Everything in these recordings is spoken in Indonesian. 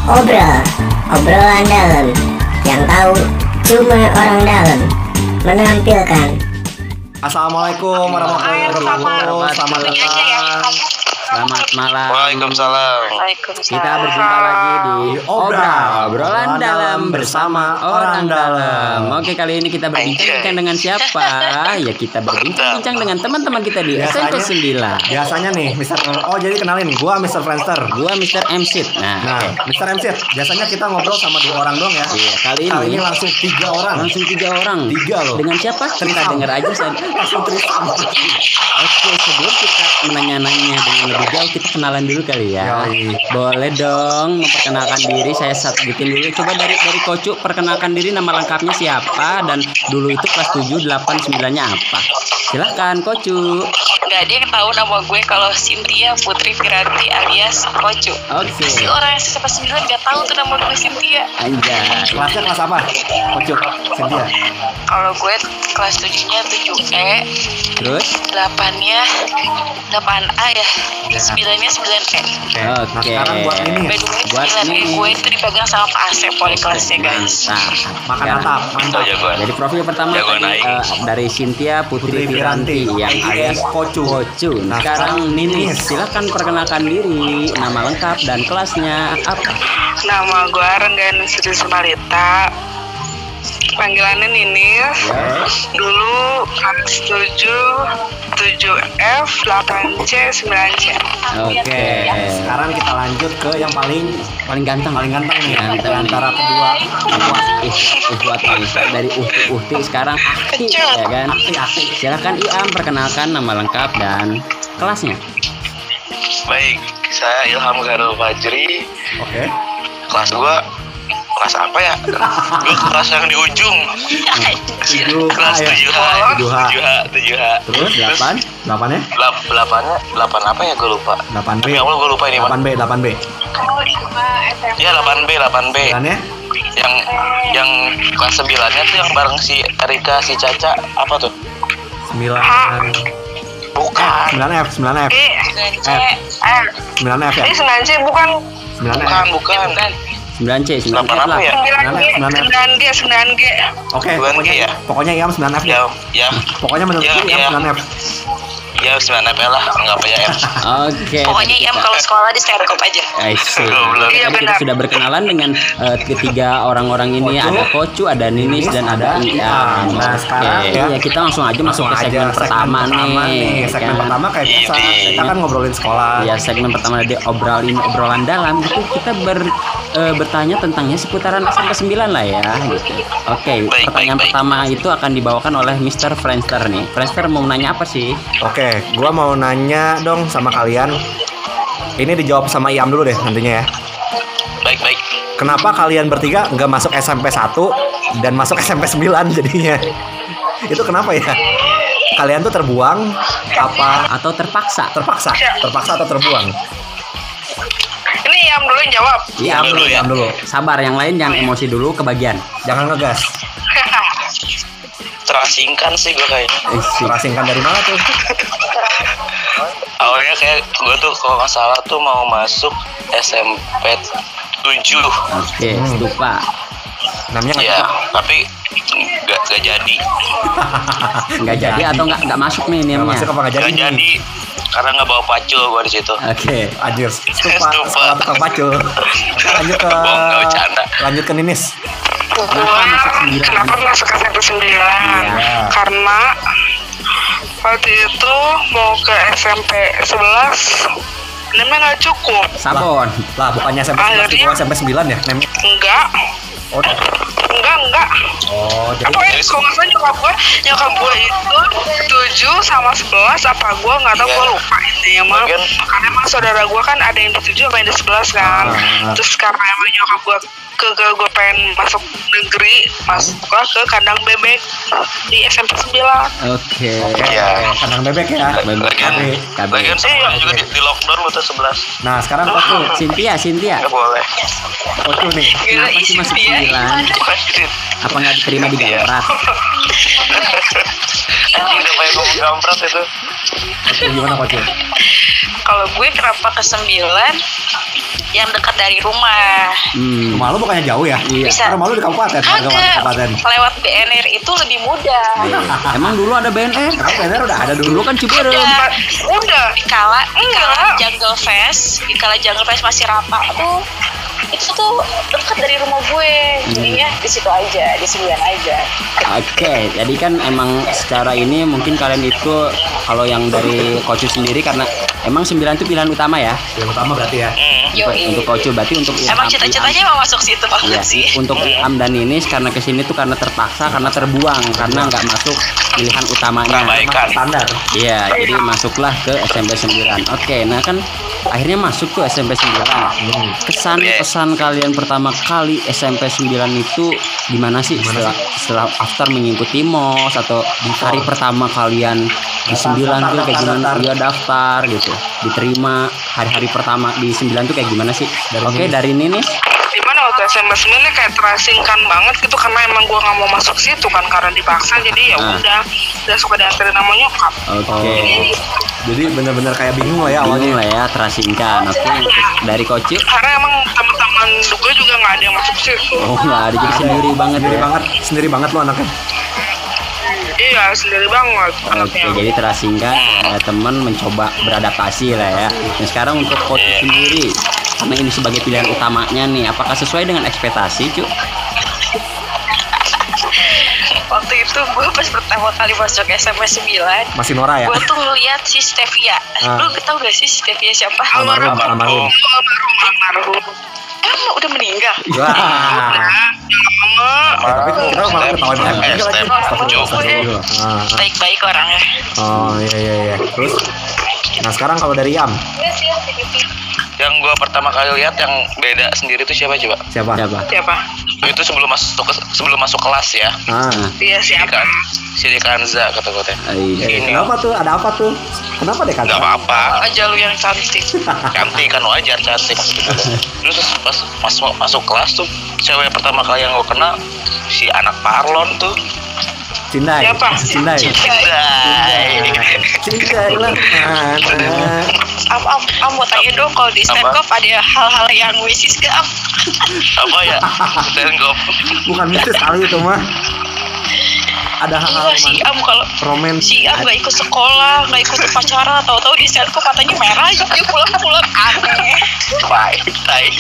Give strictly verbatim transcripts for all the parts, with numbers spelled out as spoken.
Obrol, obrolan dalam, yang tahu cuma orang dalam menampilkan. Assalamualaikum warahmatullahi wabarakatuh. Selamat datang. Selamat malam. Waalaikumsalam. Kita berjumpa lagi di Obrol, obrolan dalam bersama orang dalam. Oke, kali ini kita berbincang dengan siapa? Ya, kita berbincang dengan teman-teman kita di S M P sembilan. Biasanya nih, Mister Oh, jadi kenalin, gua Mister Friendster. Gua Mister M C. Nah, Nah, oke. Mister M C. Biasanya kita ngobrol sama dua orang dong ya. Iya, kali ini, Kali ini langsung tiga orang. langsung tiga orang. Tiga loh. Dengan siapa? Kita Trisam. dengar aja saja. Langsung trisam. Oke, sebelum kita menanya-nanya dengan lebih jauh, kita kenalan dulu kali ya. Yoi. Boleh dong memperkenalkan diri. Saya bikin dulu. Coba dari dari Kocu, perkenalkan diri, nama lengkapnya siapa dan dulu itu kelas tujuh, delapan, sembilan-nya apa? Silahkan Kocu. Gak ada yang tahu nama gue kalau Cynthia Putri Firanti alias Kocu. Oke. Si orang yang sampai sembilan gak tahu tuh nama gue Cynthia. Anjay. Kelasnya kelas apa? Kocok, Cynthia. Kalau gue kelas tujuh-nya tujuh E, Terus? delapan-nya delapan A ya, sembilan-nya sembilan E. Oke. Nah, Oke. sekarang buat ini. By the way, Buat sembilan E ini. gue itu dipegang sama Pak Asep wali kelasnya guys. Mantap. Makan Sekarang- atap, mantap. jagoan. Jadi profil pertama Jagoan tadi, naik. eh, dari Cynthia Putri, Putri Firanti Firanti, yang alias Kocu. Kocu. Nah, Sekarang sekarang Ninis, Ninis. silahkan perkenalkan diri, nama lengkap dan kelasnya apa? Nama gue Renggan Sri Sumarita. Panggilannya Ninis. Dulu kelas tujuh, tujuh F, delapan C, sembilan C. Oke. Sekarang kita lanjut ke yang paling Paling ganteng. paling ganteng nih Ganteng di antara nih. kedua. Ih, ih, buat nih. dari Uhti Uhti sekarang Akti ya kan? Silahkan Iam perkenalkan nama lengkap dan kelasnya. Baik, saya Ilham Garul Fajri. Oke. Kelas gua kelas apa ya? Gua kelas yang di ujung. Tujuh Kelas ya. tujuh H. Tujuh H. tujuh H, tujuh H. Terus delapan, delapannya? Delap- Delapannya, delapan apa ya? Gua lupa. Delapan B. Demi Allah gua lupa ini, Pak. Delapan B, delapan B. Iya, delapan B, delapan B. Sembilannya? Yang yang kelas sembilannya tuh yang bareng si Erika, si Caca, apa tuh? Sembilan. Bukan. Sembilan F, sembilan F, Eh, sembilan C. Eh, sembilan F ya. ini sembilan C bukan Sembilan F. Bukan, bukan. sembilan C, sembilan Delapan C apa lah. ya? sembilan G, Sembilan F. sembilan G, sembilan G. Oke, Bukan pokoknya G ya? pokoknya Iam sembilan F Ya, ya. ya, Pokoknya menurut Ya, Iam ya. sembilan F. ya sembilan F lah, anggap aja F. Oke. Pokoknya Iam kalau sekolah di Sterkop aja. I see. Goblok. Tadi Iya, kita benar. sudah berkenalan dengan eh, ketiga orang-orang ini. Kocu, Ada Kocu, ada Ninis, Ninis, dan ada ada Iam. Iam. Nah, Oke. sekarang ya, ya kita langsung aja masuk ke segmen pertama, nih. Segmen kan? pertama kayak biasa. Ini. Kita kan ngobrolin sekolah. Ya, segmen pertama di obrolin obrolan dalam itu kita ber, eh, bertanya tentangnya seputaran S M P sembilan lah ya gitu. Oke, Baik, pertanyaan baik, baik. pertama itu akan dibawakan oleh Mister Friendster nih. Friendster mau nanya apa sih? Oke, gua mau nanya dong sama kalian. Ini dijawab sama Iam dulu deh nantinya ya. Baik, baik. Kenapa kalian bertiga nggak masuk S M P satu dan masuk S M P sembilan jadinya? Itu kenapa ya? Kalian tuh terbuang apa Atau terpaksa? terpaksa? Terpaksa atau terbuang? Ini Iam dulu yang jawab. Iya, Iam dulu ya. Iam dulu. Sabar, yang lain jangan emosi dulu kebagian. Jangan ngegas. Terasingkan sih gue kayaknya. Eh, sih. Terasingkan dari mana tuh? Awalnya kayak gue tuh kalau nggak salah tuh mau masuk S M P tujuh. Oke, Hmm. stupa. Namanya nggak Ya, cocok. tapi nggak nggak jadi. Nggak jadi atau nggak nggak masuk nih Nggak niemnya? masuk apa nggak jadi? Nggak jadi karena nggak bawa pacul gue di situ. Oke. Anjir, stupa, Stupa. sekolah tukang pacul. Lanjut ke Bohong, nggak bercanda. lanjut ke Ninis. Gue masuk sembilan? kenapa masuk S M P sembilan? Iya. Karena waktu itu mau ke S M P sebelas, namanya nggak cukup. Sabon. Lah, bukannya S M P sebelas di bawah S M P sembilan ya? Nem. Enggak, Oh, enggak, enggak. oh jadi Apa ya? Kalau nggak salah nyokap gue, nyokap gue itu tujuh sama sebelas apa gue nggak tahu, Iya. gue lupa intinya mah. Bagian- Karena emang saudara gue kan ada yang di tujuh sama yang di sebelas kan. Ah. Terus karena emang nyokap gue ke, ke gue pengen masuk negeri, masuk ke kandang bebek di S M P sembilan. Oke. Iya. kandang bebek ya. Bebek. Lagian, K B. lagian sebelas juga di, di lockdown lu tuh sebelas. Nah, sekarang Kocu, Cynthia, Cynthia. Nggak boleh. Kocu nih. Gila Kenapa sih isi masuk dia. sembilan? Apa nggak diterima di Gamprat? Anjing udah kayak ngomong Gamprat itu. Oke, gimana Kocu? Kalau gue kenapa ke sembilan yang dekat dari rumah. Hmm. Rumah lu bukannya jauh ya? Iya. Bisa. Rumah lu di kabupaten, warga Kagak, kabupaten. lewat B N R itu lebih mudah. Emang dulu ada B N R? Emang bener udah ada Dulu dulu. kan Ciberem. Udah, udah. Di kala, di kala Jungle Fest, di kala Jungle Fest masih rata tuh, itu tuh dekat dari rumah gue. Jadinya di situ aja, di sembilan aja. Oke, jadi kan emang secara ini mungkin kalian itu kalau yang dari Kocu sendiri karena emang sembilan itu pilihan utama ya. Yang utama berarti ya. Untuk, Yoi. untuk Kocu berarti untuk Emang Ilham- cita-citanya mau masuk situ banget Iya, sih. untuk Ilham dan Ninis karena kesini tuh karena terpaksa, karena terbuang, karena nggak masuk pilihan utamanya. Perbaikan. Standar. Iya, jadi masuklah ke S M P sembilan. Oke, nah kan akhirnya masuk tuh S M P sembilan. Kesan pesan kalian pertama kali S M P sembilan itu gimana sih? Setelah, setelah after mengikuti M O S atau di hari pertama kalian di sembilan tuh kayak gimana? Dia daftar gitu, diterima hari-hari pertama di sembilan tuh kayak gimana sih? Oke, dari Ninis. Dimana waktu S M P sembilan kayak terasingkan banget gitu karena emang gue nggak mau masuk situ kan karena dipaksa jadi ya Ah. udah udah suka dianterin sama nyokap. Oke. Jadi bener-bener kayak bingung lah ya awalnya. Bingung lah ya, terasingkan. Oke, untuk dari Kocu. Karena emang teman-teman gue juga nggak ada yang masuk situ. Oh, nggak ada, jadi sendiri banget Sendiri ya. banget, sendiri banget lo anaknya. Iya sendiri banget Oke, anaknya. jadi terasingkan ada teman mencoba beradaptasi lah ya. Nah, sekarang untuk Kocu sendiri, karena ini sebagai pilihan utamanya nih, apakah sesuai dengan ekspektasi, Cu? Waktu itu gue pas pertama kali masuk S M P sembilan, Masih Nora ya? gue tuh ngeliat si Stevia. Ah. Lu tau gak sih Stevia siapa? Almarhum, almarhum. Almarhum, almarhum. Emang udah meninggal? Wah. Lama. Eh, tapi kita malah ketahuan Step, banget. step, step. Astagfirullah. Ah, Baik-baik orangnya. Oh iya iya iya. Terus, nah sekarang kalau dari Yam, Yang gue pertama kali lihat yang beda sendiri tuh siapa coba? siapa? Siapa? Siapa? Itu sebelum masuk ke- sebelum masuk kelas ya. Ah, Dia siapa? Kan si Dekanza kata gue teh. Iya. eh, kenapa tuh? Ada apa tuh? Kenapa deh kan? Gak apa-apa, Aja lu yang cantik. cantik kan wajar cantik gitu. Terus pas masuk masuk kelas tuh cewek pertama kali yang gue kenal si anak Parlon tuh. Cindai. Siapa? Cindai. Cindai. Cindai lah. Anak. Am, am, am mau tanya dong kalau di stand Apa? up ada hal-hal yang wishes gak am? Apa ya? Stand-up. Bukan mistis kali itu mah. Ada hal-hal Iya si roman- am kalau romantis. si am gak ikut sekolah, gak ikut upacara, tahu-tahu di stand up katanya merah, dia pulang-pulang aneh. Baik, baik.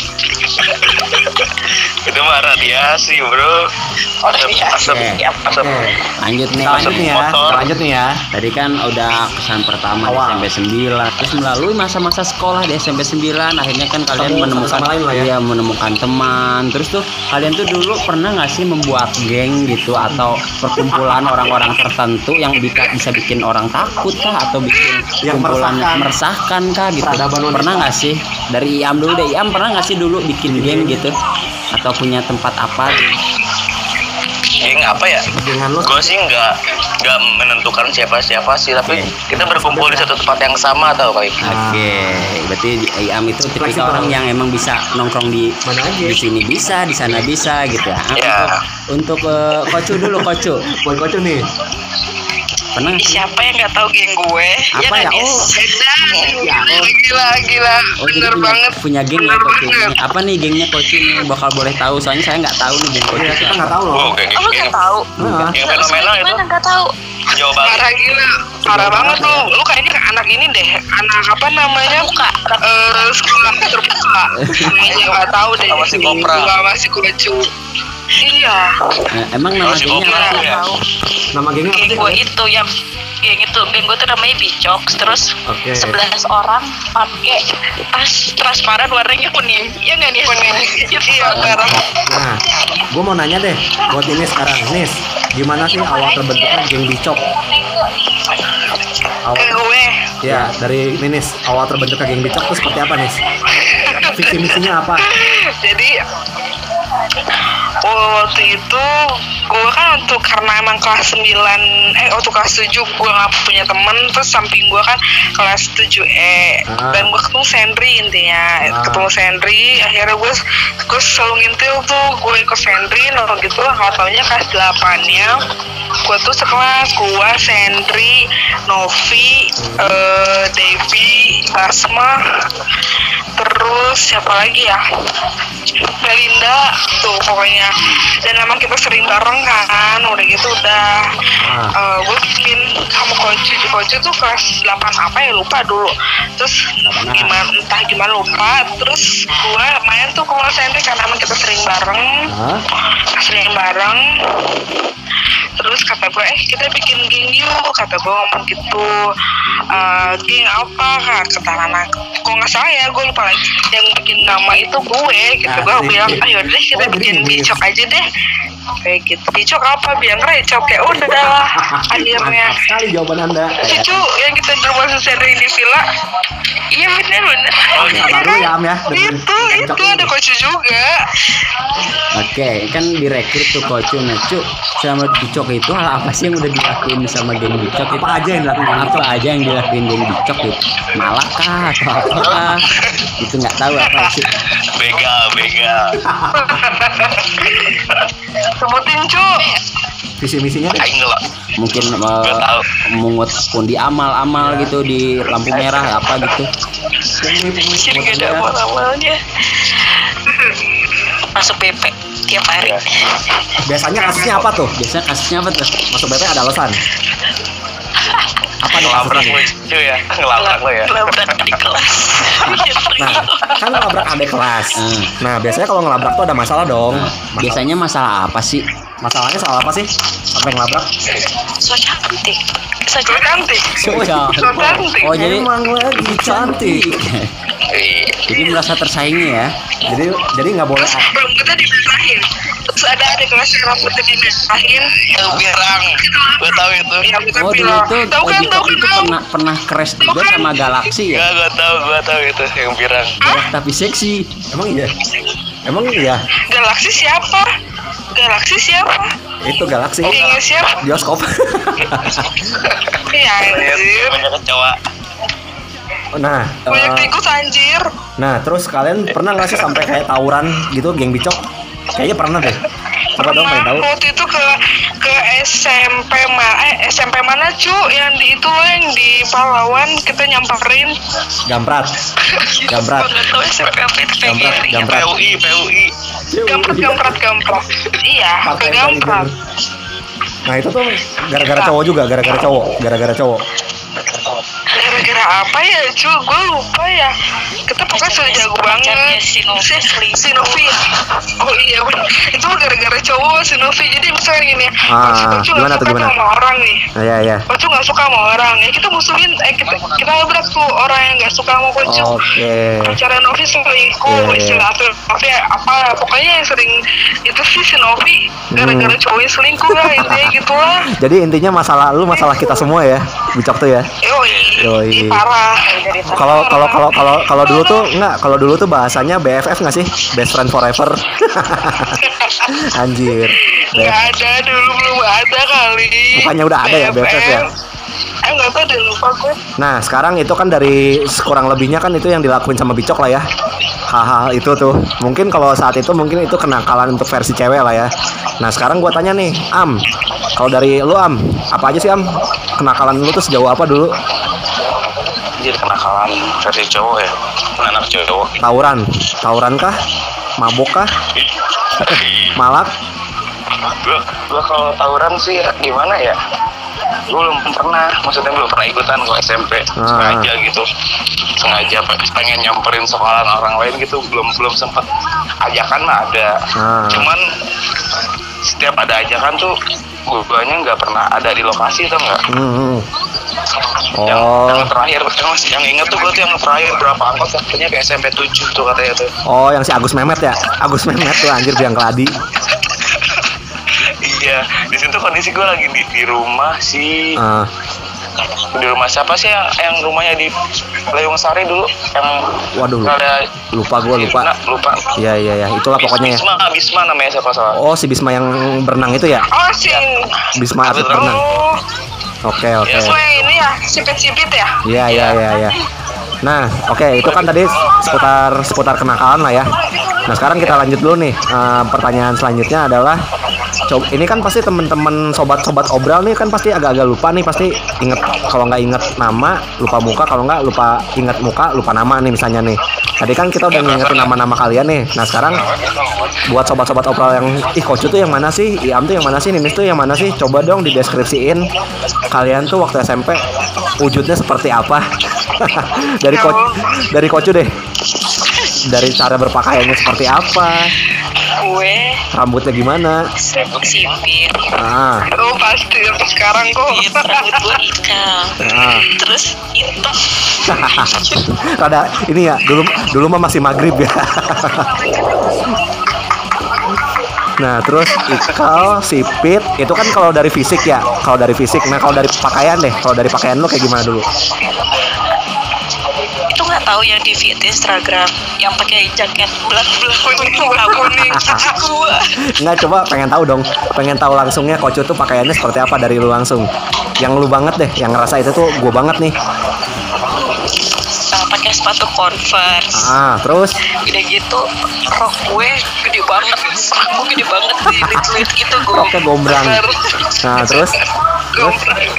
Itu mah radiasi, bro. Oh, Asap, radiasi. asap, Iya. asap. Oke. Lanjut nih, Kita lanjut nih ya. Motor. Kita lanjut nih ya. Tadi kan udah kesan pertama di Awal. S M P sembilan. Terus melalui masa-masa sekolah di S M P sembilan, akhirnya kan kalian Ketemu menemukan sama lain lah ya. iya, menemukan teman. Terus tuh kalian tuh dulu pernah nggak sih membuat geng gitu atau perkumpulan orang-orang tertentu yang bisa bisa bikin orang takut kah atau bikin Yang kumpulan meresahkan. meresahkan kah gitu? Peradaban wanita. Pernah nggak sih? Dari Iam dulu deh. Iam pernah nggak sih dulu bikin geng gitu? Atau punya tempat apa gitu? Geng apa ya? Dengan lo Gue sih nggak nggak menentukan siapa siapa sih, tapi kita berkumpul di satu tempat yang sama tau kayak. Oke, berarti di Iam itu tipikal Fleksibel. orang yang emang bisa nongkrong di Mana aja. di sini bisa, di sana bisa gitu ya. Ah, Ya. Untuk untuk eh, Kocu dulu, Kocu. buat kocok nih. Pernah nggak sih? Siapa yang gak tahu geng gue? Apa ya? nggak, Nis? Oh. Ya, gila, gila, Oh, jadi bener punya, banget. punya geng ya Bener Kocu. banget. Ini apa nih gengnya Kocu nih? Bakal boleh tahu soalnya saya nggak tahu nih geng Kocu. Iya, kita siapa. nggak tahu loh. Oh, geng Oh, lu geng gak tahu? Nah, yang fenomenal itu Gimana gak tahu? Jawa Barat. Parah gila, parah banget lu. Lu kayaknya anak ini deh, anak apa namanya? Buka. Eh, sekolah terbuka. Kayaknya nggak tahu deh. Sama si Kopra. Gua masih kucu. Iya. Eh, emang nama Masih gengnya kopra apa sih? ya? Tahu. Nama gengnya apa Geng sih? gue itu yang geng itu geng gue tuh namanya Bicoks, terus Oke. sebelas orang pakai tas transparan warnanya kuning, ya nggak nih kuning? Iya merah. Nah, gue mau nanya deh buat ini sekarang, Nis, gimana sih awal terbentuknya geng Bicok? Awal, Ke gue ya dari Ninis, awal terbentuknya geng Bicok itu seperti apa, Nis? Visi misinya apa? jadi Oh, waktu itu gue kan untuk karena emang kelas sembilan eh waktu kelas tujuh gue nggak punya temen, terus samping gue kan kelas tujuh E Ah. dan gue ketemu Sendri intinya. Ah. Ketemu Sendri, akhirnya gue gue selalu ngintil tuh, gue ikut Sendri nol gitu lah. Nggak taunya kelas delapannya gue tuh sekelas, gue Sendri, Novi, eh, Devi, Basma, terus siapa lagi ya, Melinda tuh pokoknya. Dan emang kita sering bareng kan, udah gitu udah Ah. eh, gue bikin sama Kocu. Kocu tuh kelas delapan apa ya lupa dulu. Terus gimana entah gimana lupa. Terus gue main tuh ke Sendri karena emang kita sering bareng, Hah? sering bareng. Terus kata gue, eh kita bikin geng yuk, kata gue ngomong gitu. Eh, geng apa kak? Kata anak, kok nggak salah ya, gue lupa lagi. Yang bikin nama itu gue, gitu. Gue Asik. bilang, ayo deh kita Oh, bikin jadi bicok aja deh. Kayak gitu, bicok apa? Biar recok ya udah lah. Akhirnya, Mantap sekali jawaban Anda. cucu yang kita di rumah Susendri di villa. Iya bener bener. Oh, Iya sabar dulu ya, Am, ya. Itu itu ada Kocu juga. Oke, kan direkrut tuh Kocu. Nah, Cuk, sama Bicok itu hal apa sih yang udah dilakuin sama geng Bicok itu? Apa aja yang dilakuin geng Apa Bicok? aja yang dilakuin geng Bicok itu? Malah kah atau apa kah? Itu nggak tahu apa sih. Begal, begal. Sebutin cu. Visi misinya deh. Aing ngelak. Mungkin Nggak uh, tahu. mungut pundi amal-amal gitu di lampu merah apa gitu. Jadi gak ada amal-amalnya. Masuk B P tiap hari. Biasanya kasusnya apa tuh? Biasanya kasusnya apa tuh? Masuk B P ada alasan. Apa nih Ngelabrak kasusnya? lu cuy ya. Ngelabrak lu ya. Labrak di kelas. Nah, kan ngelabrak adik kelas. Hmm. Nah, biasanya kalau ngelabrak tuh ada masalah dong. Nah, Masalah- biasanya masalah apa sih? masalahnya soal apa sih? Sampai ngelabrak? So cantik. So cantik. So Cocok. cantik. Oh jadi Emang lagi cantik. jadi merasa tersaingi ya? Jadi jadi nggak boleh. Terus rambutnya diberahin. Terus ada adik kelas yang rambutnya diberahin. Yang pirang. Gue tahu itu. Yang kita Oh dulu bilang. itu Tahu kan, tahu Bicok itu kan. pernah pernah crash juga kan? sama Galaxy ya? Gak, gue tahu, gue tahu itu yang pirang. Tapi seksi. Emang iya? Emang iya? Galaksi siapa? Galaksi siapa? Itu Galaxy. Gengnya siapa? Bioskop. Iya anjir. Banyak kecoa. Nah, Banyak eh, tikus anjir. nah terus kalian pernah nggak sih sampai kayak tawuran gitu, geng Bicok? Kayaknya pernah deh. Coba dong, pengen tahu. Pernah waktu itu ke ke S M P mana eh S M P mana cu yang di itu loh yang di Pahlawan kita nyamperin. Gamprat. Gamprat. Nggak tahu S M P apa itu Gamprat, P G R I. gamprat. P U I, P U I. Gamprat gamprat gamprat. Iya ke Partai gamprat. Nah itu tuh gara-gara cowok juga, gara-gara cowok, gara-gara cowok. Gara-gara apa ya cu? Gue lupa ya. Kita pokoknya sudah jago banget. Si Novi. Si Novi. Oh iya bener. Itu gara-gara cowok si Novi. Jadi misalnya gini. Ah, si Kocu gimana nggak tuh, suka gimana? sama orang nih. Nah, ya ya. Kocu nggak suka sama orang ya kita musuhin. Eh kita kita labrak tuh orang yang nggak suka sama Kocu. Oke. Pacara Novi selingkuh, Iya, iya. istilah tuh Novi apa? Pokoknya yang sering itu sih si Novi gara-gara cowoknya selingkuh lah intinya gitulah. Jadi intinya masalah lu masalah kita semua ya, Bicok tuh ya. Yoi, Yoi. Ih, parah. Kalau kalau kalau kalau kalau dulu tuh enggak, kalau dulu tuh bahasanya B F F nggak sih? Best friend forever. Anjir. Nggak ada dulu, belum ada kali. Bukannya udah ada ya, B F F ya? Eh nggak tahu deh, lupa gue. Nah, sekarang itu kan dari kurang lebihnya kan itu yang dilakuin sama Bicok lah ya. Hal-hal itu tuh. Mungkin kalau saat itu mungkin itu kenakalan untuk versi cewek lah ya. Nah, sekarang gua tanya nih, Am. Kalau dari lu, Am, apa aja sih, Am? Kenakalan lu tuh sejauh apa dulu? Jadi kenakalan versi cowok ya. Anak cowok. Tawuran. Tawuran kah? Mabuk kah? Malak? Gua, gua kalau tawuran sih ya, gimana ya? Gue belum pernah, maksudnya belum pernah ikutan kok S M P Ah. sengaja gitu, sengaja pe- pengen nyamperin sekolahan orang lain gitu, belum belum sempet. Ajakan mah ada, Ah. cuman setiap ada ajakan tuh guanya nggak pernah ada di lokasi tuh nggak. Hmm. Yang, Oh. yang terakhir, yang, yang inget tuh gue tuh yang terakhir berapa angkot katanya ke S M P tujuh tuh katanya tuh. Oh, yang si Agus Mehmet ya? Agus Mehmet tuh anjir biang keladi. Iya, di situ kondisi gue lagi di, di rumah sih. Ah. Di rumah siapa sih yang, yang rumahnya di Lewung Sari dulu yang Waduh, ada lupa gue lupa. Nah, lupa. Iya iya ya, itulah pokoknya ya. Bisma, Bisma namanya siapa salah. Oh, si Bisma yang berenang itu ya? Oh si Bisma atlet berenang. Oh Oke oke. Bisma yang ini ya sipit-sipit ya. Iya iya iya iya. Nah, oke itu kan tadi seputar seputar kenakalan lah ya. Nah sekarang kita lanjut dulu nih. Eh, pertanyaan selanjutnya adalah, coba ini kan pasti temen-temen sobat-sobat obral nih kan pasti agak-agak lupa nih, pasti inget, kalau nggak inget nama lupa muka, kalau nggak lupa inget muka lupa nama nih misalnya nih. Tadi kan kita udah ngingetin nama-nama kalian nih. Nah sekarang buat sobat-sobat obral yang ih Kocu tuh yang mana sih, Iam tuh yang mana sih, Ninis tuh yang mana sih, coba dong dideskripsiin kalian tuh waktu S M P wujudnya seperti apa. dari Kocu, dari Kocu deh, dari cara berpakaiannya seperti apa, Gue rambutnya gimana. sipit. Ah, Oh pasti sampai sekarang kok. Iya, rambut gue hitam. ah. Terus hitam. Rada ini ya, dulu dulu mah masih maghrib ya. Nah terus Ikal, Sipit, itu kan kalau dari fisik ya, kalau dari fisik. Nah kalau dari pakaian deh, kalau dari pakaian lu kayak gimana dulu? Itu nggak tahu yang di feed Instagram yang pakai jaket black black Kuning kuning. gua. Nggak, coba pengen tahu dong, pengen tahu langsungnya Kocu tuh pakaiannya seperti apa dari lu langsung. Yang lu banget deh, yang ngerasa itu tuh gue banget nih. Nah, pakai sepatu Converse. Ah terus, Udah gitu rok gue gede banget, rok gue gede banget di lilit gitu gue. roknya gombrang. Nah terus, terus,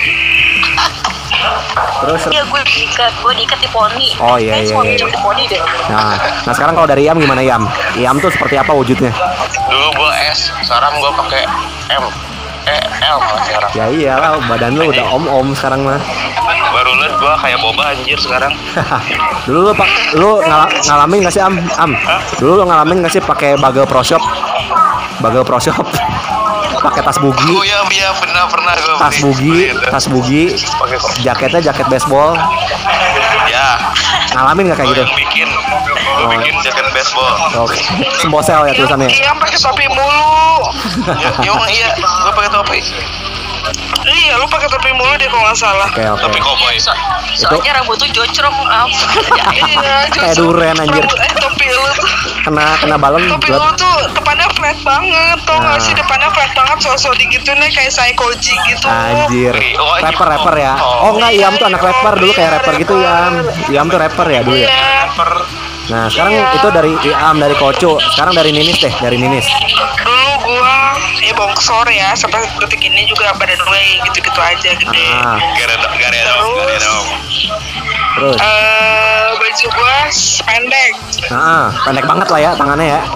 terus. Iya gue diikat, gue diikat di poni. Oh, iya, Kayaknya iya, semua iya. pijat di poni deh. Nah, nah sekarang kalau dari Iam gimana Iam? Iam tuh seperti apa wujudnya? Dulu gua S, sekarang gua pakai M. Eh, L malah sekarang. Ya iyalah, badan lu udah om-om sekarang mah. Baru liat gua kayak boba anjir sekarang. Dulu lu pak, lu ngala- ngalamin nggak sih Am? Am, dulu lu ngalamin nggak sih pakai bagel pro shop? Bagel pro shop, pakai tas Oh bugi, iya, iya pernah pernah gua tas beli. bugi, Beli itu. tas bugi, Pakai kok. jaketnya jaket baseball. Ya, Ngalamin nggak kayak gua gitu? yang bikin. Gua bikin jaket baseball. Oke, sembosel ya tulisannya. Iya pakai topi mulu. Ya, emang iya, gua pakai topi. Iya lu pakai topi mulu deh kalau nggak salah. Oke oke. Topi koboi. So- soalnya rambut tuh jocrong am. Iya. Kayak justru duren, anjir. rambut- Eh topi lu tuh. Kena kena balon Topi buat. lu tuh depannya flat banget, tau Nah. gak sih depannya flat banget, sosok digituin nih kayak Saikoji gitu. Anjir, Oh, anjir. rapper rapper ya. Oh enggak, Iam tuh anak rapper dulu kayak rapper gitu Iam. Iam tuh rapper ya dulu ya. Iya. Rapper. Nah sekarang itu dari Iam, dari Kocu. Sekarang dari Ninis deh, dari Ninis. Dulu gua ya bongsor ya, sampai detik ini juga badan gue gitu-gitu aja gede. Ah, Gare dong, gare dong, gare dong. terus. Eh baju gua pendek. Nah, pendek banget lah ya tangannya ya.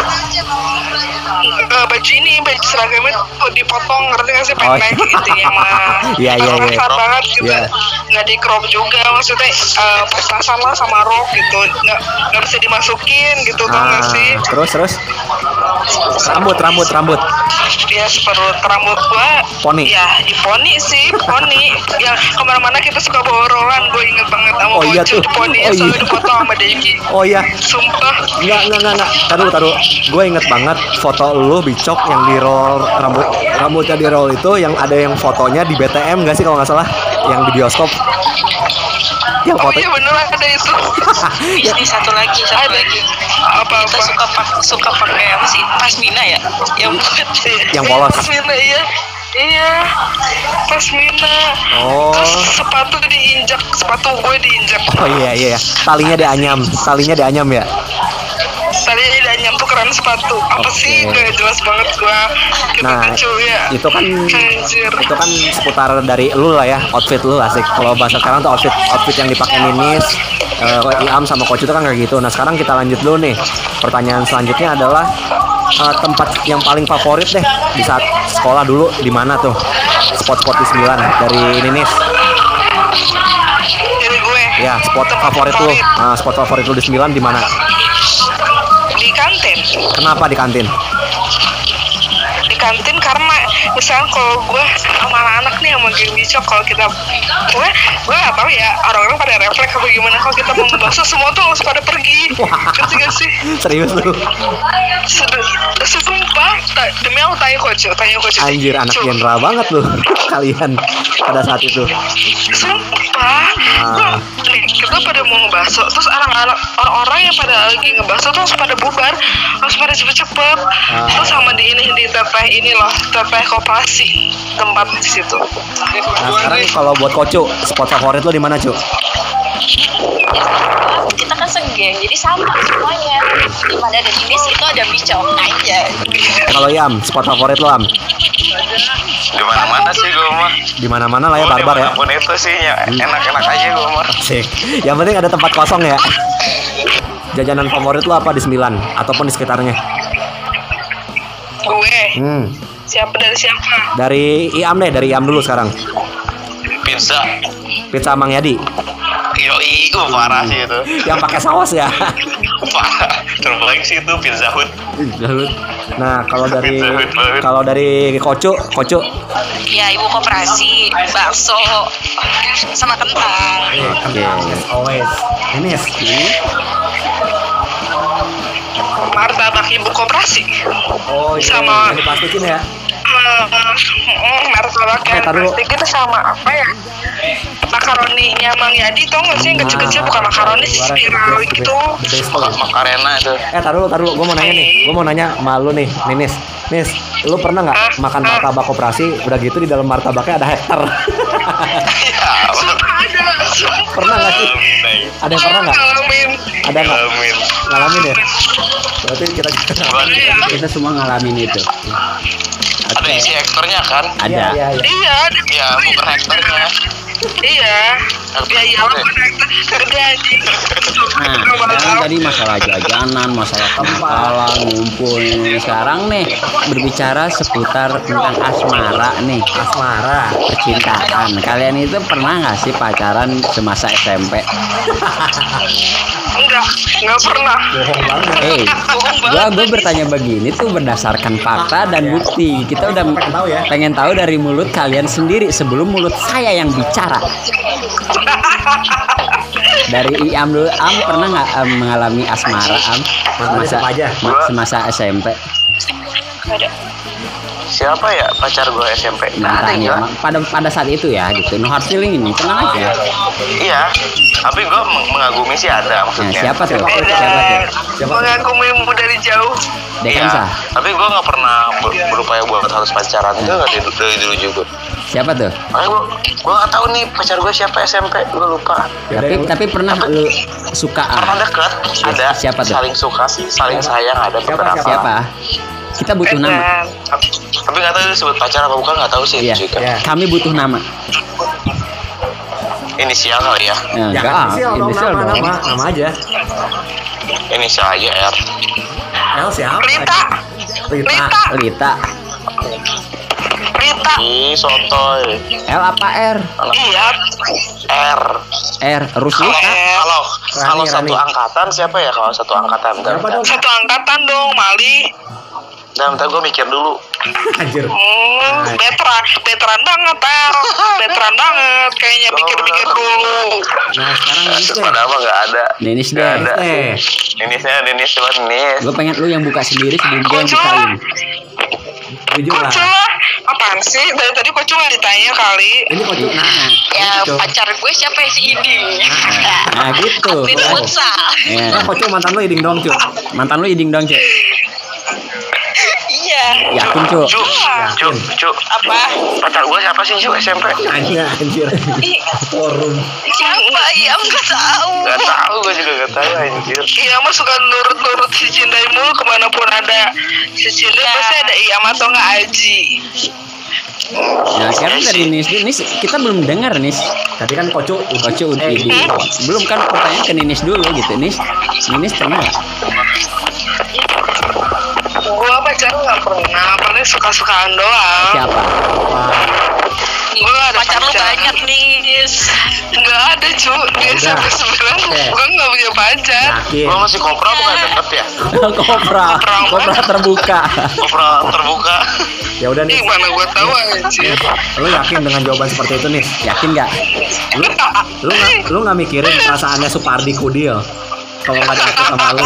Eh, baju ini baju seragamnya tuh dipotong, ngerti gak sih, Oh, pendek intinya mah. Iya, iya, iya. Kasar banget gitu. Iya. Nggak di crop juga, maksudnya eh, pas-pasan lah sama rok gitu. Nggak nggak bisa dimasukin gitu, tau Ah, gak sih? terus terus. Rambut rambut rambut. Dia seperut rambut gua. Poni. Ya di poni sih, poni. Yang kemana-mana kita suka bawa rolan, gue inget banget sama Oh, iya Kocu, tuh. poni Oh, selalu iya. dipotong sama Deji. Oh iya. Sumpah. Enggak, enggak, enggak, enggak. Taruh, taruh. Gue inget banget foto lu bicok yang di roll rambut rambutnya di roll itu, yang ada yang fotonya di B T M nggak sih kalau nggak salah, yang di bioskop. Yang Oh foto. iya bener ada itu. Ini satu lagi, satu Ada. lagi. Apa-apa. Kita suka pak suka pakai apa sih? Pasmina ya? Yang buat Yang Iya, polos. Pasmina iya. Iya. Pasmina. Oh. Terus sepatu diinjak, sepatu gue diinjak. Oh iya iya iya. Talinya dianyam, talinya dianyam ya. Tadi dia nyam tuh keren sepatu. Apa Oke. sih? Gak jelas banget gua. Gitu Nah, kacau ya. itu kan Anjir. itu kan seputar dari lu lah ya, outfit lu asik. Kalau bahasa sekarang tuh outfit outfit yang dipakai Ninis, eh, Iam sama Kocu itu kan kayak gitu. Nah sekarang kita lanjut dulu nih. Pertanyaan selanjutnya adalah eh, tempat yang paling favorit deh di saat sekolah dulu di mana tuh? Spot-spot di sembilan dari Ninis. Jadi gue. Ya, spot Tempat favorit lu. favorit. Ah, spot favorit lu di sembilan di mana? Di kantin. Kenapa di kantin? Di kantin karena misalnya kalau gue sama anak-anak nih yang makin bicok, kalau kita gue gue gak tahu ya, orang-orang pada refleks apa gimana, kalau kita mau membahas semua tuh langsung pada pergi. Ngerti gak sih? Serius lu? Sed- Sumpah, ta- demi aku tanya Kocu, tanya Kocu. Anjir, anak Cuk, jenderal banget lu kalian pada saat itu. Sumpah, Ah. gue nih, kita pada mau ngebahso, terus anak-anak orang-orang yang pada lagi ngebahso tuh harus pada bubar, harus pada cepet-cepet. Terus sama di ini di tepeh ini loh, tepeh koperasi tempat di situ. Nah sekarang kalau buat Kocu, spot favorit lo di mana Cu? Kita kan segeng, jadi sama semuanya. Di mana ada Ninis itu ada Bicok aja. Kalau Yam, spot favorit lo Am? Di mana-mana sih gue mah. Di mana-mana lah ya, Oh, barbar ya. dimanapun itu sih ya, enak-enak aja gue mah. Asik. Yang penting ada tempat kosong ya. Jajanan favorit lo apa di sembilan ataupun di sekitarnya? Gue, Hmm. siapa dari siapa? Dari Iam deh, dari Iam dulu sekarang. Pizza. Pizza Mang Yadi. Yoi, uh, parah sih itu. Yang pakai saus ya. Parah. Terbaik sih itu Pizza Hut. Nah, kalau dari Pizza Hut banget. kalau dari Kocu, Kocu. Ya ibu koperasi, bakso, sama kentang. Oke. Always. Ini ya. Martabak ibu koperasi. Oh, iya. Sama- Yang diplastikin ya. Hmm, martabak Oke, yang taruh dulu. plastik itu sama apa ya? Makaroninya Mang Yadi tau gak sih yang kecil-kecil, bukan makaroni spiral gitu. Mak- Makarena itu. Eh, taruh dulu, taruh dulu. Gue mau nanya nih. Gue mau nanya sama lu nih, Ninis. Nis, lu pernah nggak makan martabak koperasi? Udah gitu di dalam martabaknya ada hektar. Ya, Sumpah ada, sumpah. Pernah nggak sih? Amin. Ada yang pernah nggak? Ngalamin. Ada nggak? Amin. Ngalamin ya? Berarti kita Gua Kita semua ngalamin itu. ada isi hektarnya kan? Ada. Iya, iya. Iya, ada. Ya, bukan hektarnya. Iya. Ya iyalah kan gede anjing. Nah, sekarang tadi masalah jajanan, masalah kenalan, ngumpul. Sekarang nih berbicara seputar tentang asmara nih, Asmara. percintaan. Kalian itu pernah nggak sih pacaran semasa S M P? Enggak, enggak pernah. Bohong banget. Eh, Bohong gua banget. gue bertanya begini tuh berdasarkan fakta dan bukti. Kita udah Pengen tahu ya? pengen tahu dari mulut kalian sendiri sebelum mulut saya yang bicara. Dari Iam dulu, Am pernah nggak Am, mengalami asmara Am Mantannya semasa siapa aja? ma- semasa S M P? Siapa ya pacar gue S M P? Nggak ada Mantannya ya. Ma- pada pada saat itu ya gitu. No hard feeling ini, tenang aja. Iya, tapi gue mengagumi sih ada Nah, maksudnya. siapa tuh? Beda. Siapa tuh? Siapa? Mengagumimu dari jauh. Iya, Dekansa. tapi gue nggak pernah ber- berupaya buat harus pacaran itu nggak dari, dari dulu juga. Siapa tuh? Makanya gue gue nggak tahu nih pacar gue siapa S M P, gue lupa. Tapi tapi pernah lu suka Pernah ah, deket, ada siapa tuh? saling suka, saling sayang, ada Siapa, beberapa. siapa? Kita butuh nama. Tapi nggak tahu itu disebut pacar apa bukan, nggak tahu sih Iya. juga. Iya. Kami butuh nama. Inisial kali ya, Ya, Ya, enggak, ah, inisial dong, inisial nama, dong. nama, nama aja. inisial aja R. El siapa? Rita, Rita. Rita, Rita. Rita. Ih, sotoy. L apa R? Iya. R. R. Kalau Ruslita. kalau kalau Rani, satu Rani. angkatan siapa ya kalau satu angkatan? Bentar, Siapa bentar. dong? Satu angkatan dong, Mali. Bentar, bentar gue mikir dulu. Anjir. Hmm, veteran, veteran banget, El. Veteran banget. Kayaknya pikir-pikir dulu. Nah, sekarang Ninis deh. Padahal mah nggak ada. Denis Nggak deh. ada. Eh, Denisnya Denis coba Denis. Gue pengen lu yang buka sendiri sebelum gue yang Kocok. bukain. jujur lah. Kocok lah. Apaan sih? Dari tadi kocok nggak ditanya kali. Ini Kocu. Nah, Ya Kocu. pacar gue siapa ya si Iding? Nah gitu. Atlet Oh. futsal. Ya. Nah, Kocu mantan lu iding dong, Cu. Mantan lu iding dong, Cek. Iya. Yakin, Cuk? Cu, cu, cu. Apa? Pacar gue siapa sih cu S M P? Anjir, anjir. Ih, Forum. siapa ya? Nggak tahu. Gak tahu, gue juga gak tahu anjir. Iya mah suka nurut-nurut si Cindai mulu, kemanapun ada si Cindai Ya. pasti ada Iam atau nggak Aji. Nah, sekarang dari Nis, Nis kita belum dengar Nis. Tadi kan Kocu Kocu udah Eh, iding. Belum kan pertanyaan ke Ninis dulu gitu, Nis. Ninis pernah nggak? Gua pacaran nggak pernah, paling suka-sukaan doang. Siapa? Wah, Gua nggak ada Pacar lu pacar. banyak nih. Nggak ada cu, dia Udah. sampai sembilan Oke. gua nggak punya pacar. yakin. Gue masih kopra bukan deket ya? Kopra. Kopra terbuka. Kopra terbuka. Ya udah nih. Ih mana gua tahu anjir. Lu yakin dengan jawaban seperti itu nih? Yakin nggak? Lu lu nggak lu nggak mikirin perasaannya Supardi Kudil kalau nggak dapet sama lu?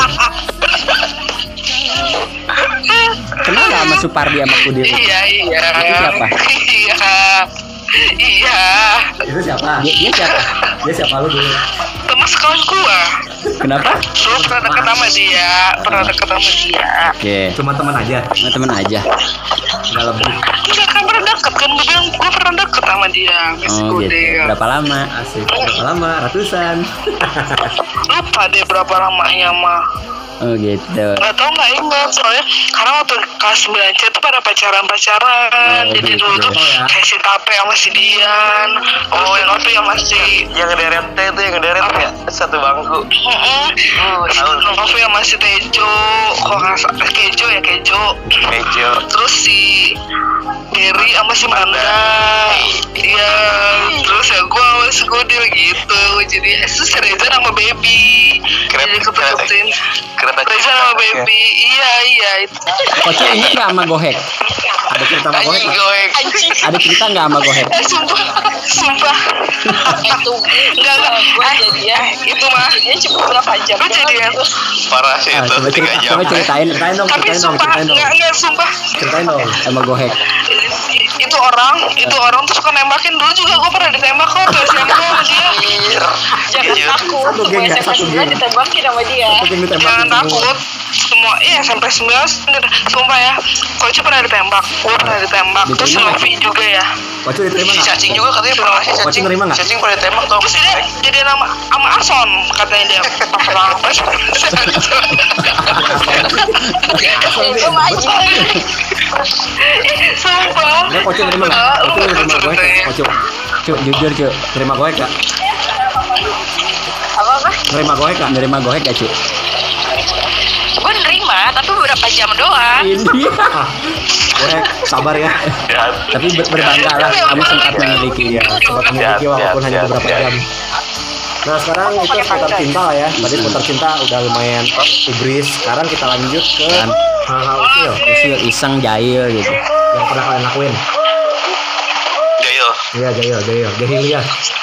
Kenal nggak sama Supardi sama Kudil? Iya iya. Itu siapa? Iya. Iya, Itu siapa? Dia, dia siapa? Dia siapa lu dulu? teman sekolah gua. Kenapa? Lu pernah deket sama dia, pernah deket sama dia. Oke. Cuma teman aja. Nah, temen aja. Enggak lebih. Enggak kan pernah deket kan, gue bilang gue pernah deket sama dia. Miss Oh gitu. Gode. Berapa lama? Asik. Berapa lama? Ratusan. Lupa deh berapa lamanya mah. Oh gitu. Gak tau gak ingat soalnya karena waktu kelas sembilan C tuh pada pacaran-pacaran. Oh, Jadi gitu. dulu tuh Ya. kayak si Tape sama si Dian. Oh yang Novi sama si Yang ngederet teh itu yang ngederet ya satu bangku. Mm-mm. Novi sama si Tejo. Kok nggak salah Kejo ya Kejo. Mejo. Terus si Derry sama si Manda. Iya. Terus ya gue sama si Gode gitu. Jadi itu si Reza sama Baby. Kereta- Jadi kepedetin. Kereta Reza sama Baby. Iya iya itu. Kocok inget nggak sama Gohek? Ada cerita sama Anjing gue. goek. Ada cerita nggak sama Gohek? Eh sumpah. Sumpah. Itu Enggak enggak. gue Eh, jadian. itu mah. Jadinya cuma berapa jam? Gue jadian. Parah sih Ah, itu coba tiga cerita, jam. coba ceritain Ceritain dong, Tapi ceritain dong, sumpah ceritain dong. enggak enggak sumpah. Ceritain dong. sama Gohek. Itu orang, itu orang tuh suka nembakin. Dulu juga gue pernah ditembak kok tuh S M K sama dia. Jangan Iya. takut. Satu geng ya, S M P satu sembilan geng. ditembakin sama dia. Itu yang ditembakin Jangan semua. takut. Semua iya sampai sembilan sumpah ya. Koci pernah ditembak, gue pernah ditembak. Terus Diterima Novi juga ya. Kocok diterima Si nggak? cacing juga katanya pernah sih Kocok cacing. nerima nggak? Cacing pernah tembak tau. Terus dia jadi nama sama Ason katanya dia. Apa Itu mah aja. Sumpah. Nggak, Kocok nerima nggak? Lu Kocok nerima gue ceritanya. nggak? Kocok. Cuk, jujur cuk. Nerima gue nggak? Apa-apa? Nerima gue nggak? Nerima Gohek gak cuk? Gue nerima, tapi beberapa jam doang. Ini. Ah, gue sabar ya. Ya, Tapi ber berbangga lah kamu sempat memiliki. Iya, sempat memiliki walaupun hanya beberapa jam. Nah sekarang itu seputar cinta lah ya. Tadi seputar cinta udah lumayan ibris. Sekarang kita lanjut ke Kan hal-hal usil usil iseng jahil gitu. yang pernah kalian lakuin. Jail Iya Jail, Jail, Jahilia.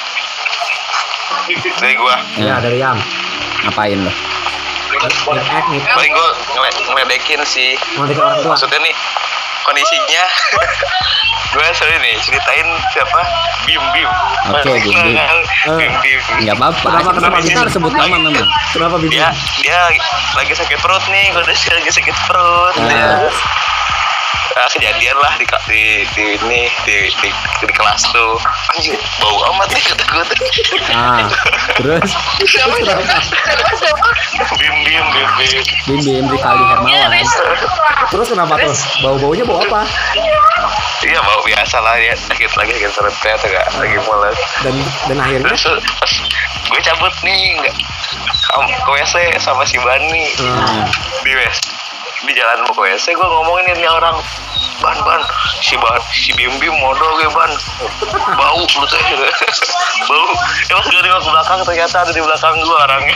dari gua. Iya dari Yam. Ngapain lo? Nge-act nih. Paling gua ngele- ngeledekin sih. Mau ke orang tua. Maksudnya nih kondisinya gue sering nih ceritain siapa Bim Bim. Oke, Bim Bim. Bim Bim. Nggak apa-apa. Kenapa, kenapa Kita bisa? harus sebut nama memang. Kenapa Bibi? Dia dia lagi sakit perut nih, gue udah lagi sakit perut. Ah. Dia, ah, kejadian lah di di di ini di di, di kelas tuh. Anjing bau amat nih kata gue tuh. Ah, terus Siapa siapa? Siapa? Bim Bim Bim Bim. Bim Bim Rivaldi Hermawan. Terus kenapa tuh? Bau-baunya bau apa? Iya bau biasa lah ya sakit lagi sakit perut ternyata gak lagi mules. Dan dan akhirnya Terus pas gue cabut nih nggak ke W C sama si Bani Hmm. di W C di jalan mau ke W C gue ngomongin ini orang ban ban si ban si Bim Bim modal gue ban bau lu teh bau ya pas gue nengok ke belakang ternyata ada di belakang gue orangnya.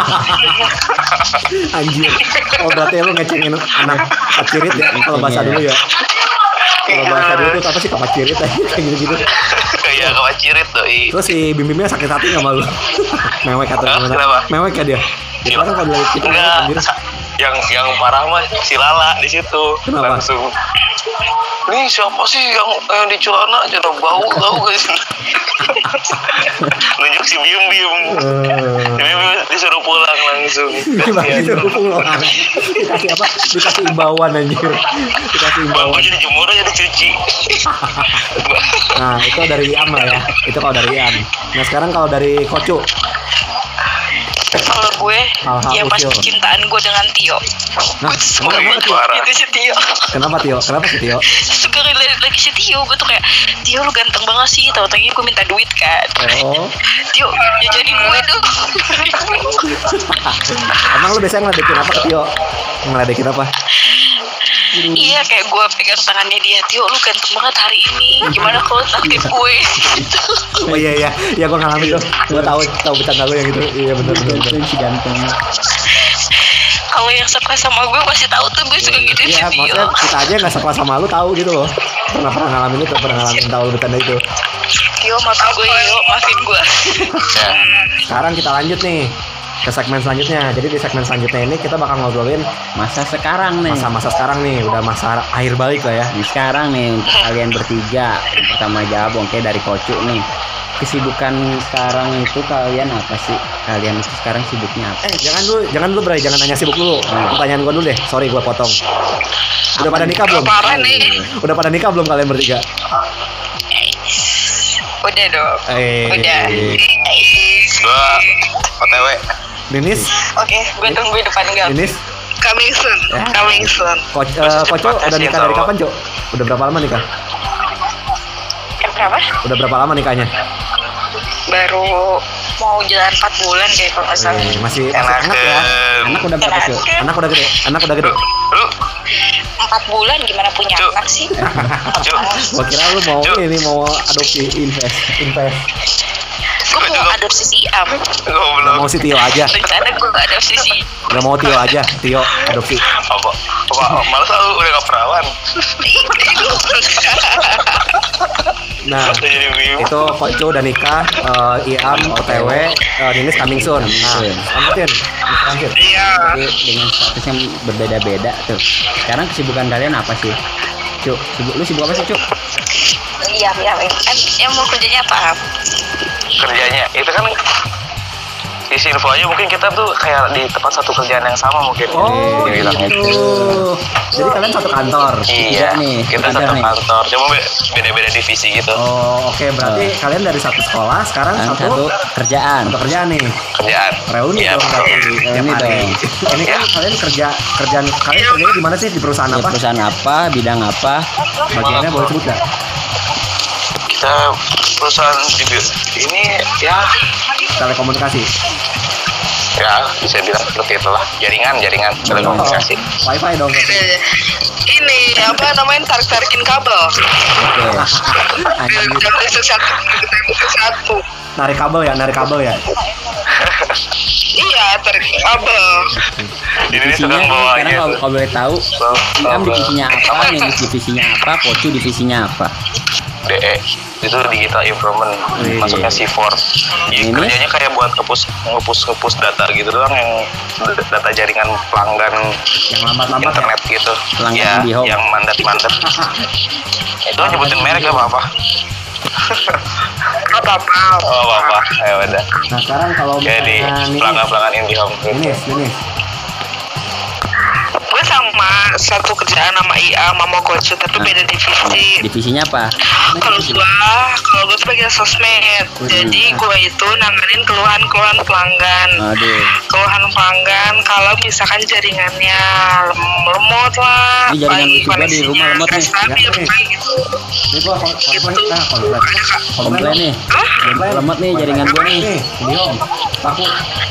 anjir. Oh berarti lu ngecengin anak kacirit ya? Kalau bahasa dulu ya. Kalau bahasa dulu tuh apa sih kacirit aja kayak gitu-gitu. Iya kawacirit doi. Terus si Bim Bimnya sakit hati nggak malu? Mewek atau Hah, gimana? kenapa? Mewek ya dia. Dia kan kalau lagi kita Enggak, anjir. yang yang parah mah si Lala di situ. Kenapa? Langsung nih siapa sih yang yang di celana jadi bau tahu guys. Nunjuk si Bim Bim. Eh, Si Bim Bim disuruh pulang langsung. Gimana gitu pulang? Dikasih apa? Dikasih imbauan anjir. Dikasih imbauan. Bangku jadi jemur aja dicuci. Nah itu dari Am lah ya. Itu kalau dari Am. Nah sekarang kalau dari Kocu. Kalau gue, Hal-hal yang pas usil. percintaan gue dengan Tio. Nah Oh, kenapa Tio? parah. Itu si Tio. Kenapa Tio? Kenapa sih Tio? Suka relate lagi si Tio. Gue tuh kayak, Tio lu ganteng banget sih. Tahu-tahu gue minta duit kan. Oh. Tio, ya jadi gue dong. Emang lu biasanya ngeledekin apa ke Tio? Ngeledekin apa? Iya, kayak gue pegang tangannya dia. Tio, lu ganteng banget hari ini. Gimana kalau traktir gue? Gitu. Oh iya iya, ya gue ngalamin tuh. Gue tahu tahu bercanda lu yang gitu. Iya benar benar. benar. si ganteng. Kalau yang suka sama gue pasti tahu tuh gue suka gitu Iya, si Tio. maksudnya kita aja nggak sekelas sama lu tahu gitu loh. Pernah pernah ngalamin itu, pernah ngalamin tahu lu bercanda itu. Tio, maafin gue, yo, maafin gue. Ya. Sekarang kita lanjut nih ke segmen selanjutnya. Jadi di segmen selanjutnya ini kita bakal ngobrolin Masa sekarang nih. masa-masa sekarang nih, udah masa akhir balik lah ya. Nih, sekarang nih untuk kalian bertiga. Yang pertama jawab oke dari Kocu nih. Kesibukan sekarang itu kalian apa sih? Kalian itu sekarang sibuknya apa? Eh, jangan dulu, jangan dulu Bray, jangan nanya sibuk dulu. Pertanyaan gua dulu deh. Sorry gua potong. Udah pada nikah belum? Parah nih. Udah pada nikah belum kalian bertiga? Udah dong. Eh, Udah. Gua O T W. Ninis, Oke, gue tunggu depan gang. Ninis, Coming soon. Coming soon. Coach, eh, Koco Secepatnya udah sih, nikah dari insya kapan, Cok? Udah berapa lama nikah? Yang berapa? Udah berapa lama nikahnya? Baru mau jalan empat bulan deh kalau nggak salah. Eh, masih masih hangat ya. Anak udah berapa Cuk? Anak udah gede, anak udah gede. Lu, Empat bulan gimana punya Cuk. anak sih? Cuk. Gua kira lu mau Cuk. ini mau adopsi invest, invest. Gue mau adopsi si Am. Gak goblok. mau si Tio aja, Rencana gue adopsi si. gak mau Tio aja, Tio adopsi. Apa? Apa? Malah lu udah gak perawan. Nah, Udah jadi bingung. itu Koco udah nikah, eh, Iam, O T W, eh, Ninis coming soon. Nah, lanjutin, lanjut. Iya. Jadi dengan status yang berbeda-beda tuh. Sekarang kesibukan kalian apa sih? Cuk, sibuk lu sibuk apa sih, Cuk? Iya, iya. Kan yang mau kerjanya apa? Am? Kerjanya itu kan isi info aja mungkin kita tuh kayak di tempat satu kerjaan yang sama mungkin. Oh, Dibilang. gitu. Jadi kalian satu kantor. Iya, nih, kita kantor satu nih. kantor. Cuma be- beda-beda divisi gitu. Oh, oke. Berarti kalian dari satu sekolah, sekarang Sekarang satu satu kerjaan. satu kerjaan nih. Kerjaan. Reuni Iya, dong betul. berarti tiap Reuni hari. dong. Ini kan kalian kerja kerjaan kalian kerjanya di mana sih, di perusahaan Ya, apa? perusahaan apa, bidang apa? Bagiannya boleh sebut nggak? Kita perusahaan di ini ya Telekomunikasi. ya bisa bilang seperti itulah, jaringan jaringan telekomunikasi. Oh, wifi dong. Ini apa namanya tarik tarikin kabel. Oke. Anjir. Dari satu ke satu. Narik kabel ya, narik kabel ya. Iya, tarik kabel. Ini nih Divisinya sedang nih, bawa sekarang aja kalau, tuh. kalau boleh tahu, Iam divisinya apa, Ninis divisinya apa, Kocu divisinya apa? D E itu digital improvement, Wih. masuknya C empat. Jadi Ini? kerjanya kayak buat ngepus ngepus ngepus data gitu doang, yang data jaringan pelanggan Yang lambat-lambat ya. internet gitu. Pelanggan Ya, IndiHome. yang mandat-mandat. Itu nyebutin merek apa apa? Apa apa? Oh apa apa, ya udah. Nah, sekarang kalau Kayak di misalnya Ninis, pelanggan-pelanggan IndiHome. Ninis, Ninis. Gue sama satu kerjaan sama I A, sama Kocu, tapi beda divisi. Divisinya apa? Kalau gua, kalau gua sebagai sosmed, jadi gua itu nanganin keluhan-keluhan pelanggan. Aduh. Keluhan pelanggan kalau misalkan jaringannya lem- lemot lah, Ini jaringan baik lu juga di rumah lemot nih. nggak stabil, Ya, nih. kayak gitu. Ini gua kon- komplain, Gitu. nah, komplain. Komplain nih. Komplain. Lemot nih jaringan gua nih. Nih, ini om. Aku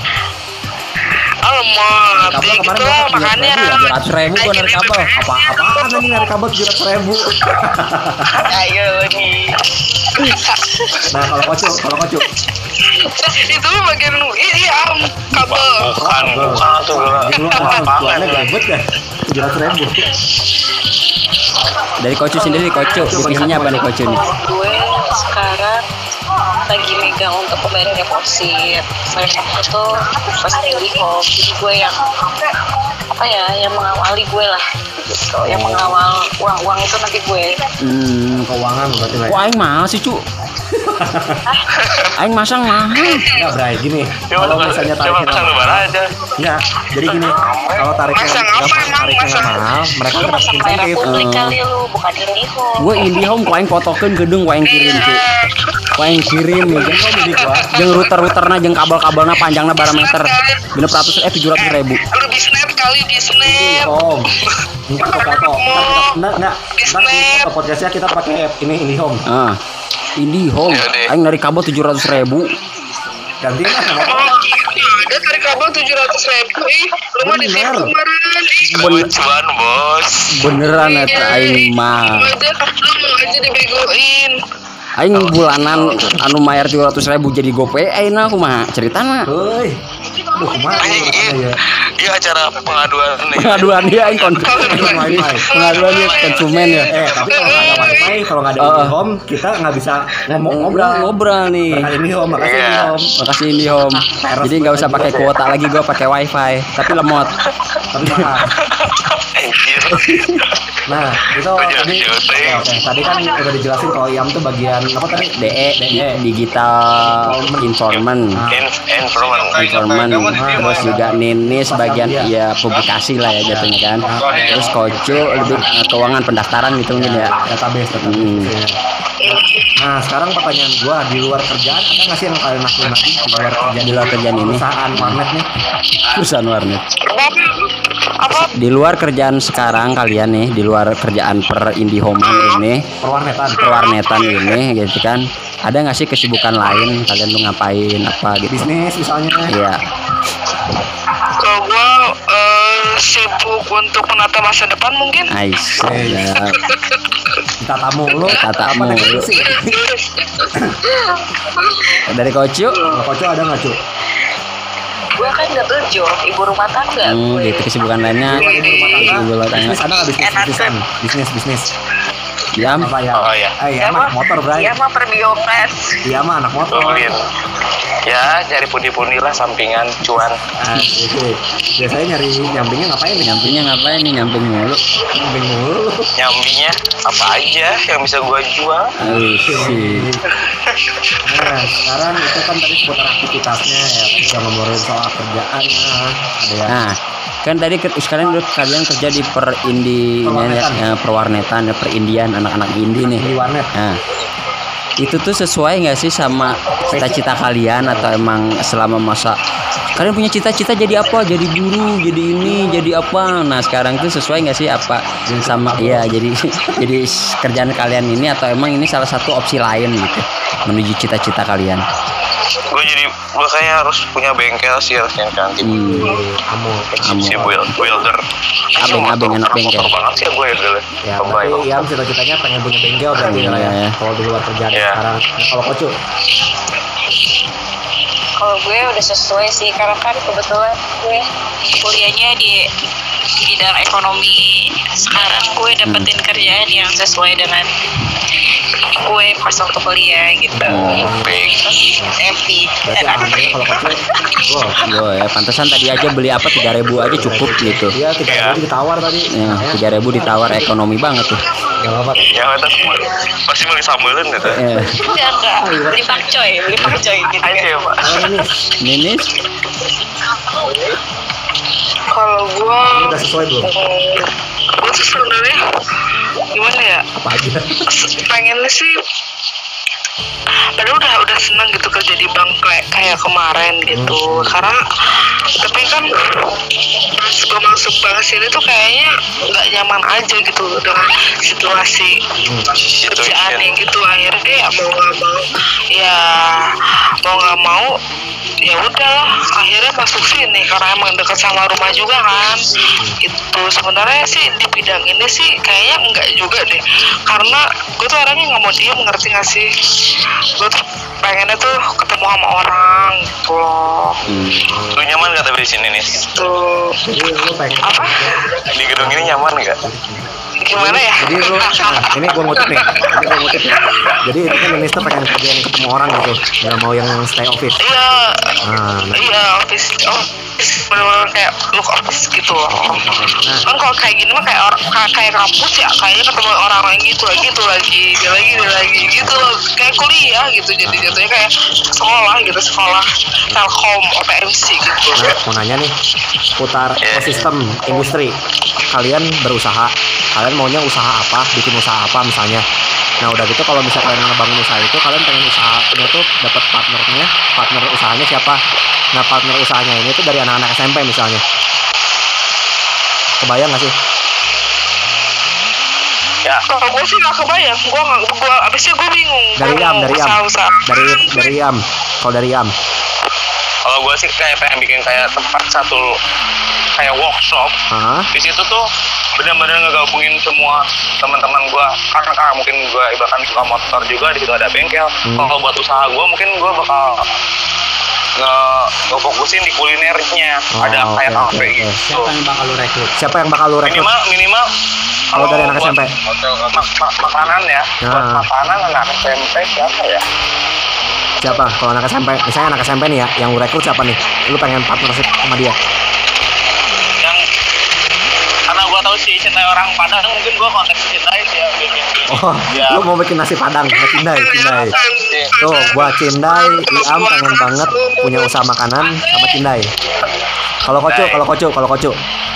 Oh lemot, kabel ya kemarin gitu berapa? makanya. tujuh ratus ribu gua narik kabel. apa apaan ini narik kabel tujuh ratus ribu. Ayo nih. Nah, kalau Kocu, kalau Kocu. Itu bagian ini am kabel. Bukan, bukan tuh gua. Dulu Apa tuannya ribet ya. tujuh ratus ribu. Dari Kocu sendiri, Kocu divisinya apa nih Kocu nih? Gue sekarang lagi megang untuk pembayaran deposit. Mereka itu pasti di home. Jadi gue yang apa ya, yang mengawali gue lah gitu. Yang mengawal uang-uang itu nanti gue. Hmm, Keuangan berarti lah. kok aing mahal sih, Cu? Aing masang mahal. Enggak, Bray, gini. Coba Kalau misalnya coba tariknya pesan mahal, lebaran aja. enggak. Jadi gini, kalau tariknya Masang apa gampang, emang, tariknya nggak masang? mahal, mereka Lu dapat masang merah insentif. putih Eh. kali lu, bukan ini home. Gue IndiHome ku aing fotokeun gedung ku aing kirim, Cu. Ku aing kirim nih. Jadi kamu milik gua. Jeung router-routerna jeung kabel-kabelna panjangna barang meter. Genep ratus eh tujuh ratus ribu. Lu bisnet kali bisnet. Om. Ntar ke foto. Ntar kita, enggak, enggak. Ntar kita ke podcastnya kita pakai app ini, ini home. Ah. IndiHome, Ya deh. aing narik kabel tujuh ratus ribu. Gantinya sama Oh, ada tarik kabel tujuh ratus ribu. Ih, lu mah ditipu Bener. kemarin. Ih, Ben- Cuan bos. beneran eta iya, aing mah. Lu aja, lu mau aja dibegoin. Aing bulanan anu mayar tujuh ratus ribu jadi GoPay ayeuna kumaha ceritana? Heuy. Aduh, kemana Anjing, urusannya iya, ya? iya acara pengaduan nih. Pengaduan dia yang kon- Wifi. pengaduan dia konsumen ya. Eh, tapi kalau nggak ada wifi, kalau nggak ada Oh. home, kita nggak bisa ngomong ngobrol. Ngobrol nih. Berkat ini home, makasih Iya. ini home. Makasih IndiHome. Jadi nggak usah pakai kuota lagi, gue pakai wifi, tapi lemot. Tapi mahal. Anjir. Nah, itu Kok jadi tadi, selesai? oke, oke. Tadi kan udah dijelasin kalau I A M tuh bagian apa tadi? D E, Digital Informant. In- Informant. Informan, terus juga Ninis bagian ya publikasi lah ya jatuhnya kan. Terus Koco lebih eh, keuangan pendaftaran gitu mungkin ya. Database, database. Hmm. ya. Nah, sekarang pertanyaan gua, di luar kerjaan ada nggak sih yang kalian lakuin lagi di luar kerjaan? Di luar kerjaan ini. Perusahaan warnet nih. Perusahaan warnet. Apa? Di luar kerjaan sekarang kalian nih, di luar kerjaan per IndiHome ini, Perwarnetan. perwarnetan ini gitu kan. Ada nggak sih kesibukan lain kalian tuh ngapain apa gitu? Bisnis misalnya. Iya. Kalau gue eh, sibuk untuk menata masa depan mungkin. Ais. Ya. Kita tamu lu. Tata Apa mulu. sih? Dari Koco. Kalau Koco ada nggak, Cu? Gue kan gak tujuh, ibu rumah tangga Hmm, gue. gitu kesibukan lainnya. Ibu rumah tangga. Ibu rumah tangga. Bisnis ada nggak bisnis? Enak Bisnis, bisnis, bisnis. Diam. Apa ya? Oh, iya. Eh, iya mah motor, Bray. Iya mah perbiogas. Iya mah anak motor. Mungkin. Ya, cari pundi-pundi lah sampingan cuan. Ah, gitu. Biasanya nyari nyampingnya ngapain nih? Nyampingnya ngapain nih nyamping mulu? Nyamping mulu. Nyambinya apa aja yang bisa gua jual. Aduh, sih. Nah, sekarang itu kan tadi seputar aktivitasnya ya. Udah ngomongin soal kerjaannya. Ada ya. Nah, kan tadi ke- sekarang udah kalian kerja di per indi Perwarnetan. ya, perwarnetan ya, perindian anak-anak indie nih. Di warnet. Nah, itu tuh sesuai nggak sih sama cita-cita kalian atau emang selama masa kalian punya cita-cita jadi apa? Jadi guru, jadi ini, jadi apa? Nah, sekarang tuh sesuai nggak sih apa sama ya jadi jadi kerjaan kalian ini atau emang ini salah satu opsi lain gitu menuju cita-cita kalian? Gue jadi gue kayak harus punya bengkel sih harusnya nanti. Hmm. Kamu. Kamu. Si build, builder. Abeng, Motor- abeng, anak bengkel. motor banget sih gue ya dulu. Ya, Lebay. berarti Iam cita-citanya pengen punya bengkel berarti Iya, lah ya. iya. Kalau di luar kerjaan Iya. sekarang. Nah, kalau Koco, Kalau gue udah sesuai sih, karena kan kebetulan gue kuliahnya di bidang ekonomi. Sekarang gue dapetin kerjaan yang sesuai dengan gue pas waktu kuliah gitu. Baik. Terus happy. berarti Enak. aman ya kalau Koco. Wow. Yo ya, pantesan tadi aja beli apa tiga ribu aja cukup gitu. Iya, tiga Iya. ribu ditawar tadi. Ya, tiga ribu ditawar ekonomi banget tuh. Gak apa-apa. Ya ada pasti beli sambelan gitu. Eh, Enggak, enggak. Beli pakcoy, beli pakcoy gitu Aja kan. ya pak. Oh, ini Ninis, Kalau gue ini udah sesuai belum? gue tuh sebenarnya gimana ya, Apa aja? pengennya sih padahal udah udah seneng gitu kerja di bank kayak kayak kemarin gitu, karena tapi kan pas gue masuk bank sini tuh kayaknya nggak nyaman aja gitu dengan situasi kerjaan yang gitu. Akhirnya ya mau nggak mau ya mau nggak mau ya udahlah akhirnya masuk sini karena emang dekat sama rumah juga kan gitu. Sebenarnya sih di bidang ini sih kayaknya enggak juga deh, karena gue tuh orangnya nggak mau diem, ngerti nggak sih? Gue tuh pengennya tuh ketemu sama orang gitu loh. Lu nyaman gak tapi di sini nih? Tuh Jadi lu pengen apa? Di gedung ini nyaman gak? Gimana ya? Jadi lu, nah, ini gue ngutip nih, ini gue ngutip ya. Jadi ini kan minister pengen kerja yang ketemu orang gitu, nggak mau yang stay office. Iya, Nah, nah. iya office, office bener-bener kayak look office gitu loh. Kan kalau kayak gini mah kayak orang kayak, kayak kampus ya, kayaknya ketemu orang-orang gitu lagi, gitu lagi, dia lagi, dia lagi, gitu loh. Kayak kuliah gitu, jadi jatuhnya kayak sekolah gitu, sekolah Telkom, O P M C gitu. Nah, mau nanya nih, putar ekosistem industri. Kalian berusaha, kalian maunya usaha apa, bikin usaha apa misalnya. Nah udah gitu kalau misalnya kalian ngebangun usaha itu, kalian pengen usahanya tuh dapat partnernya, partner usahanya siapa? Nah partner usahanya ini tuh dari anak-anak S M P misalnya. Kebayang nggak sih? Ya, Kalau gue sih nggak kebayang, gue nggak, gue abisnya gue bingung. Dari Gua Yam, mau dari Yam, usaha-usaha. dari dari Yam. Kalau dari Yam, kalau gue sih kayak pengen bikin kayak tempat satu kayak workshop. Hah? Di situ tuh benar-benar ngegabungin semua teman-teman gue, karena kan mungkin gue ibaratkan suka motor juga, di situ ada bengkel. Hmm. Kalau buat usaha gue mungkin gue bakal nge ngefokusin di kulinernya. Oh, Ada oke, kayak oke, kafe oke. gitu. Siapa yang bakal lu rekrut? Siapa yang bakal lu rekrut? Minimal minimal Kalau dari anak buat S M P? mak- mak- makanan ya. Buat Nah. makanan anak S M P siapa ya? Siapa? Kalau anak S M P, misalnya anak S M P nih ya, yang lu rekrut siapa nih? Lu pengen partnership sama dia? Yang karena gua tahu si Cindai orang Padang, mungkin gua kontak si Cindai sih ya bikin. Oh, Ya. lu mau bikin nasi padang sama Cindai, Cindai. Tuh, buat Cindai, Iam pengen banget punya usaha makanan sama Cindai. Kalau Kocu, kalau Kocu, kalau Kocu.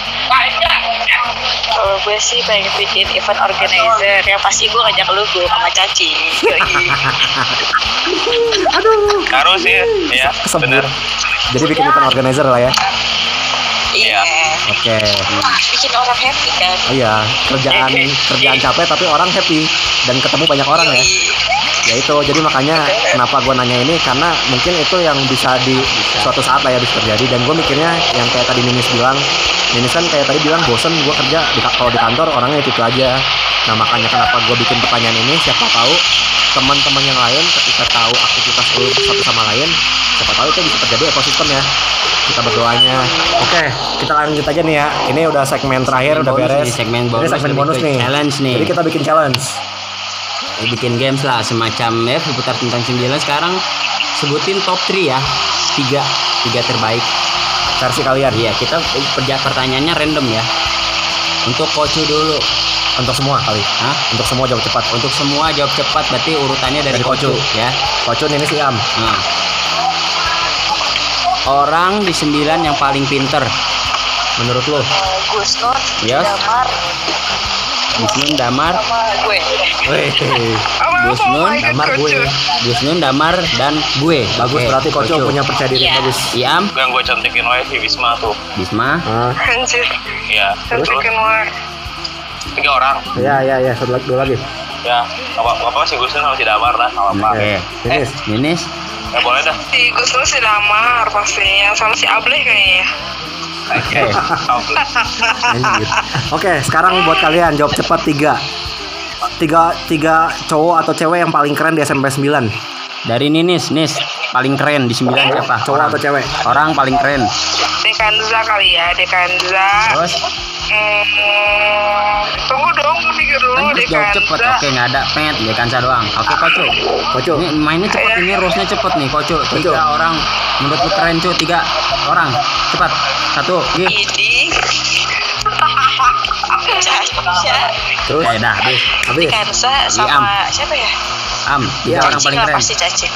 Kalau gue sih pengen bikin event organizer yang pasti gue ngajak lu gue sama Caci. Yoi. Harus sih, ya. Kesebut. Bener. Jadi bikin event organizer lah ya. Iya. Oke. Bikin orang happy kan. Oh iya, kerjaan kerjaan capek tapi orang happy dan ketemu banyak orang ya. Ya itu, jadi makanya kenapa gue nanya ini karena mungkin itu yang bisa di suatu saat lah ya bisa terjadi. Dan gue mikirnya yang kayak tadi Ninis bilang, Ninis kan kayak tadi bilang bosen gue kerja di kalau di kantor orangnya itu, itu aja. Nah makanya kenapa gue bikin pertanyaan ini, siapa tahu teman-teman yang lain ketika tahu aktivitas lu satu sama lain, siapa tahu itu bisa terjadi ekosistem ya. Kita berdoanya. Oke, kita lanjut aja nih ya. Ini udah segmen terakhir, udah Bonus beres. nih, segmen Ini bonus, segmen lebih bonus ke nih. challenge nih. Jadi kita bikin challenge. Ya, bikin games lah semacam ya berputar tentang sembilan. Sekarang sebutin top tiga ya, tiga tiga terbaik Versi kalian. Iya, kita kerja pertanyaannya random ya. Untuk Kocu dulu. Untuk semua kali. Hah? Untuk semua jawab cepat. Untuk semua jawab cepat, berarti urutannya dari, Dari Kocu Kocu. ya. Kocu ini si Am. Nah. Orang di sembilan yang paling pinter menurut lo? Uh, Gusnun, Yes. Damar, Gusnun, Damar, sama gue. Weh. Gusnun, Damar gue. Gusnun, Damar, dan gue. Bagus, Oke, berarti Kocu punya percaya diri Iya. bagus. Iam, Yang gue cantikin wae si Wisma tuh. Bisma, Ah, Anjir. Iya. Terus Cantikin wae. tiga orang. ya ya ya, satu lagi, dua lagi. Ya, nggak apa nggak apa si Gusun sama si Damar lah, nggak apa-apa. Oke. Ninis. Ninis, Ya boleh dah. Si Gusnul si Damar pastinya, sama si Ableh kayaknya. Oke. Anjir. Oke, sekarang buat kalian jawab cepat tiga. Tiga tiga cowok atau cewek yang paling keren di S M P sembilan. Dari Ninis, Nis, paling keren di sembilan siapa? Cowok Orang. atau cewek? Orang paling keren. Dekanza kali ya, Dekanza. Terus, Hmm, tunggu dong, mikir dulu kan terus jawab cepet. Dekanza. Oke, nggak ada pet, ya Kansa doang. Oke, Kocu. Kocu. Ini mainnya cepet, ini rules-nya cepet nih, Kocu. Tiga Kocu. orang, menurut lu keren, cu. Tiga orang, cepat. Satu, gih. Ini Caca, Terus Oke, dah, habis. habis. Kansa, sama siapa ya? Am, tiga Iya, orang Cacing paling lah keren. pasti cacing.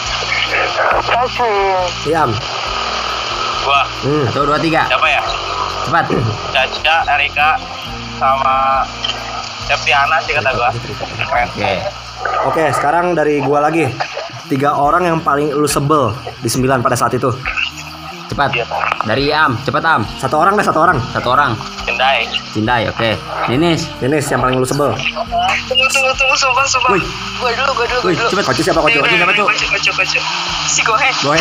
Iam. Gua Hmm. Satu, dua, tiga. siapa ya? Cepat. Caca, Erika, sama Septiana sih kata gua. Keren. Oke. Oke, sekarang dari gua lagi. Tiga orang yang paling lu sebel di sembilan pada saat itu. Cepat. Dari Am, cepat Am. Satu orang deh, satu orang. Satu orang. Cindai. Cindai, oke. Ninis. Ninis yang paling lu sebel. tunggu tunggu tunggu sumpah sumpah. Wih. Gue dulu, gue dulu, gue Wih, dulu. cepet. Kocu siapa Kocu? Kocu siapa, Cu? Kocu kocu kocu. Si Gohe. Gue.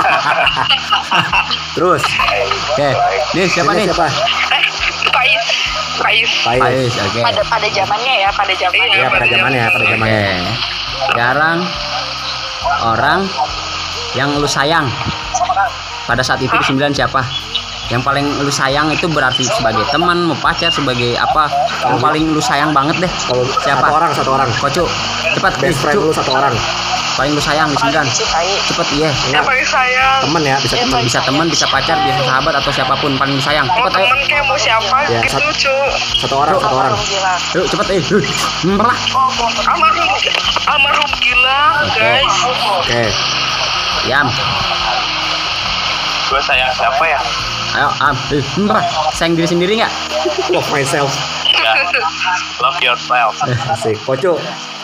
Terus. Oke. Nis, siapa nih? Ninis siapa? Eh, Pais. Pais. Pais. Pais, oke. Pada pada zamannya ya, pada zamannya. Iya, pada zamannya, pada Oke. zamannya. Sekarang orang yang lu sayang pada saat itu di sembilan siapa? Yang paling lu sayang itu berarti sebagai teman, mau pacar, sebagai apa? Yang paling lu sayang banget deh. Kalau Siapa? satu orang, satu orang. Kocu, cepat. Best Nih, friend Cu. lu satu orang. Paling lu sayang di Paling sembilan. dicintai. Cepet, iya. Yang paling sayang. Temen ya, bisa Iya, temen. paling Bisa teman, bisa pacar, bisa sahabat atau siapapun paling lu sayang. Mau Cepet ayo. temen kayak mau siapa Ya, gitu sat- cu. Satu orang, satu orang. Almarhum Gilang. Yuk, cepet eh. Hmm, lah. Almarhum almarhum Gilang guys. Oke. Yam. Gua sayang siapa ya? Ayo, Am. Eh, hmm, lah. Sayang diri sendiri nggak? Love myself. Ya. Love yourself. Asik. Kocu.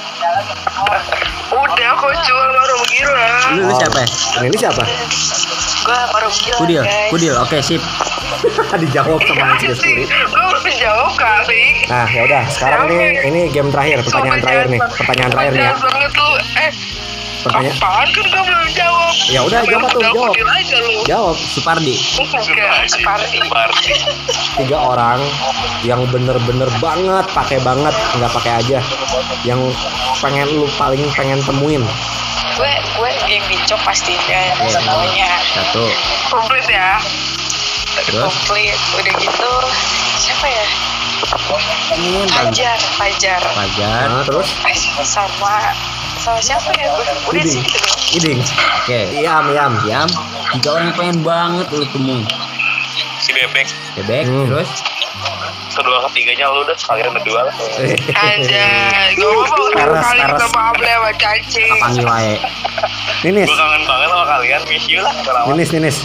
Udah kocu almarhum Gilang. Lu, lu siapa ya? Yang ini siapa? Gue almarhum Gilang. Kudil, guys. Kudil. Oke, sip. Dijawab sama Iya Ansi sih, sendiri. lu belum jawab kali. Nah, ya udah. Sekarang ini ini game terakhir, pertanyaan terakhir nih. Pertanyaan terakhir nih ya. Jahat banget lu. Eh, Pertanyaan. apaan kan gua belum jawab. Ya udah, Sampai jawab lu tuh, udah jawab. kudil aja lu. Jawab. Supardi. Enggak, Separdi. Party. Tiga orang yang bener-bener banget, pakai banget, nggak pakai aja. Yang pengen lu paling pengen temuin. Gue gue yang di Bicok pastinya yang pertamanya. Satu. Komplit ya. Terus? Komplit. Udah gitu siapa ya? Ini Bang Fajar, Fajar. Fajar. Nah, terus Sama sama siapa ya? Udah sih Iding. gitu doang. Iding. Oke. Iam, Iam. Diam. Tiga orang yang pengen banget lu temuin. Si Bebek. Bebek. Hmm. Terus. Kedua ketiganya lu udah sekalian berdua lah. Aja, gak apa-apa Peres, kali peres. kita maafle sama cacing. Panggil wae. Ninis. Gue kangen banget sama kalian, miss you lah. Udah lama. Ninis, Ninis.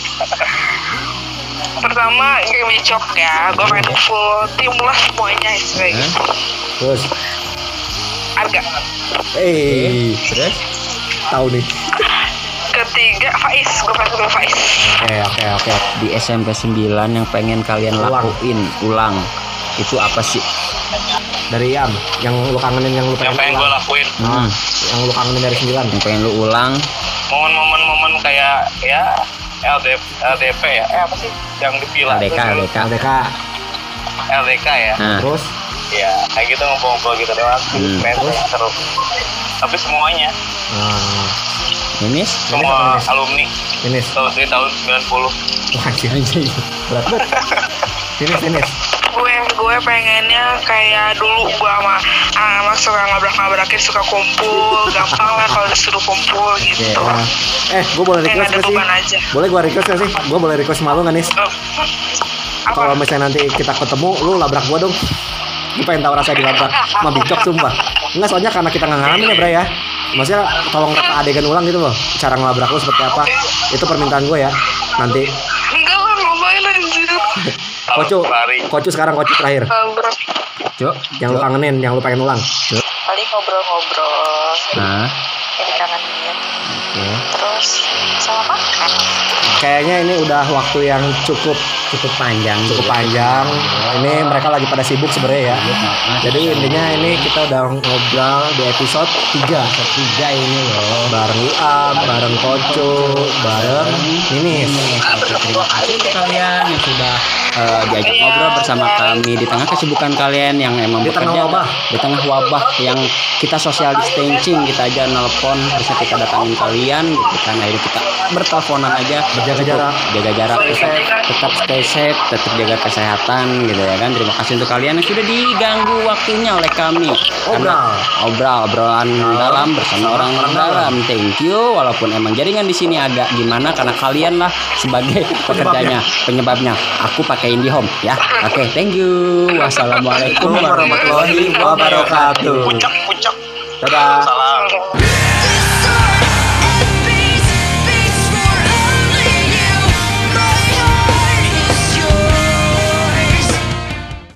Pertama kayak Bicok ya, gue pengen full tim lah semuanya kayak Hah? gitu. Terus, Arga. eh, Terus. tahu nih. Ketiga Faiz, gue pengen ketemu Faiz. Oke, oke, oke. Di S M P sembilan yang pengen kalian Ulang. lakuin ulang. Itu apa sih? Dari Iam, yang lu kangenin, yang lu Yang pengen pengen gue ulang. lakuin, Hmm. Yang lu kangenin dari sembilan. Yang pengen lu ulang. momen-momen momen kayak ya L D P, L D P ya, eh apa sih yang di villa L D K, terus L D K. L D K. L D K ya, Nah, Terus, ya kayak gitu ngumpul-ngumpul gitu doang, Hmm. main seru. Tapi semuanya, nah, Ninis. semua Ninis. alumni Ninis. tahun dari tahun sembilan puluh. Wah, anjing. Berat banget. Ninis, Ninis. Gue gue pengennya kayak dulu gue sama anak-anak suka ngabrak-ngabrakin, suka kumpul, gampang lah kalau disuruh kumpul gitu. Nah, eh, gue boleh Kayak request nggak ada gak sih? beban aja. Boleh gue request gak sih? Gue boleh request sama lu gak, Nis? Eh, Apa? Kalau misalnya nanti kita ketemu, lu labrak gue dong. Gue pengen tahu rasanya dilabrak sama Bicok, sumpah. Enggak, soalnya karena kita nggak ngalamin ya, Bray ya. Maksudnya tolong reka adegan ulang gitu loh. Cara ngelabrak lu seperti apa. Itu permintaan gue ya. Nanti Enggak lah, ngapain anjir. Kocu, lari. Kocu sekarang Kocu terakhir. Ngabrak. Cuk. Yang lu kangenin, yang lu pengen ulang. Paling ngobrol-ngobrol. Nah, Yang dikangenin. oke. Terus sama makan. Kayaknya ini udah waktu yang cukup Cukup panjang. cukup panjang. Ini mereka lagi pada sibuk sebenarnya ya. Jadi intinya ini kita udah ngobrol di episode tiga. Tiga ini loh. Bareng Iam, bareng Kocu, bareng Ninis. Oke, terima kasih untuk kalian yang sudah eh, diajak ngobrol bersama kami di tengah kesibukan kalian yang emang Di tengah bekerja, wabah. di tengah wabah yang kita social distancing, kita aja nelpon bisa kita datangin kalian gitu kan, akhirnya kita berteleponan aja, Berjaga cukup jarak. jaga jarak, tetap stay safe, tetap jaga kesehatan gitu ya kan. Terima kasih untuk kalian yang sudah diganggu waktunya oleh kami. Karena obrol obrolan dalam bersama orang dalam. Thank you. Walaupun emang jaringan di sini agak gimana karena kalian lah sebagai pekerjanya, penyebabnya. Aku pakai IndiHome ya. Oke, thank you. Wassalamualaikum warahmatullahi wabarakatuh. Pucak, pucak. Dadah. Salam.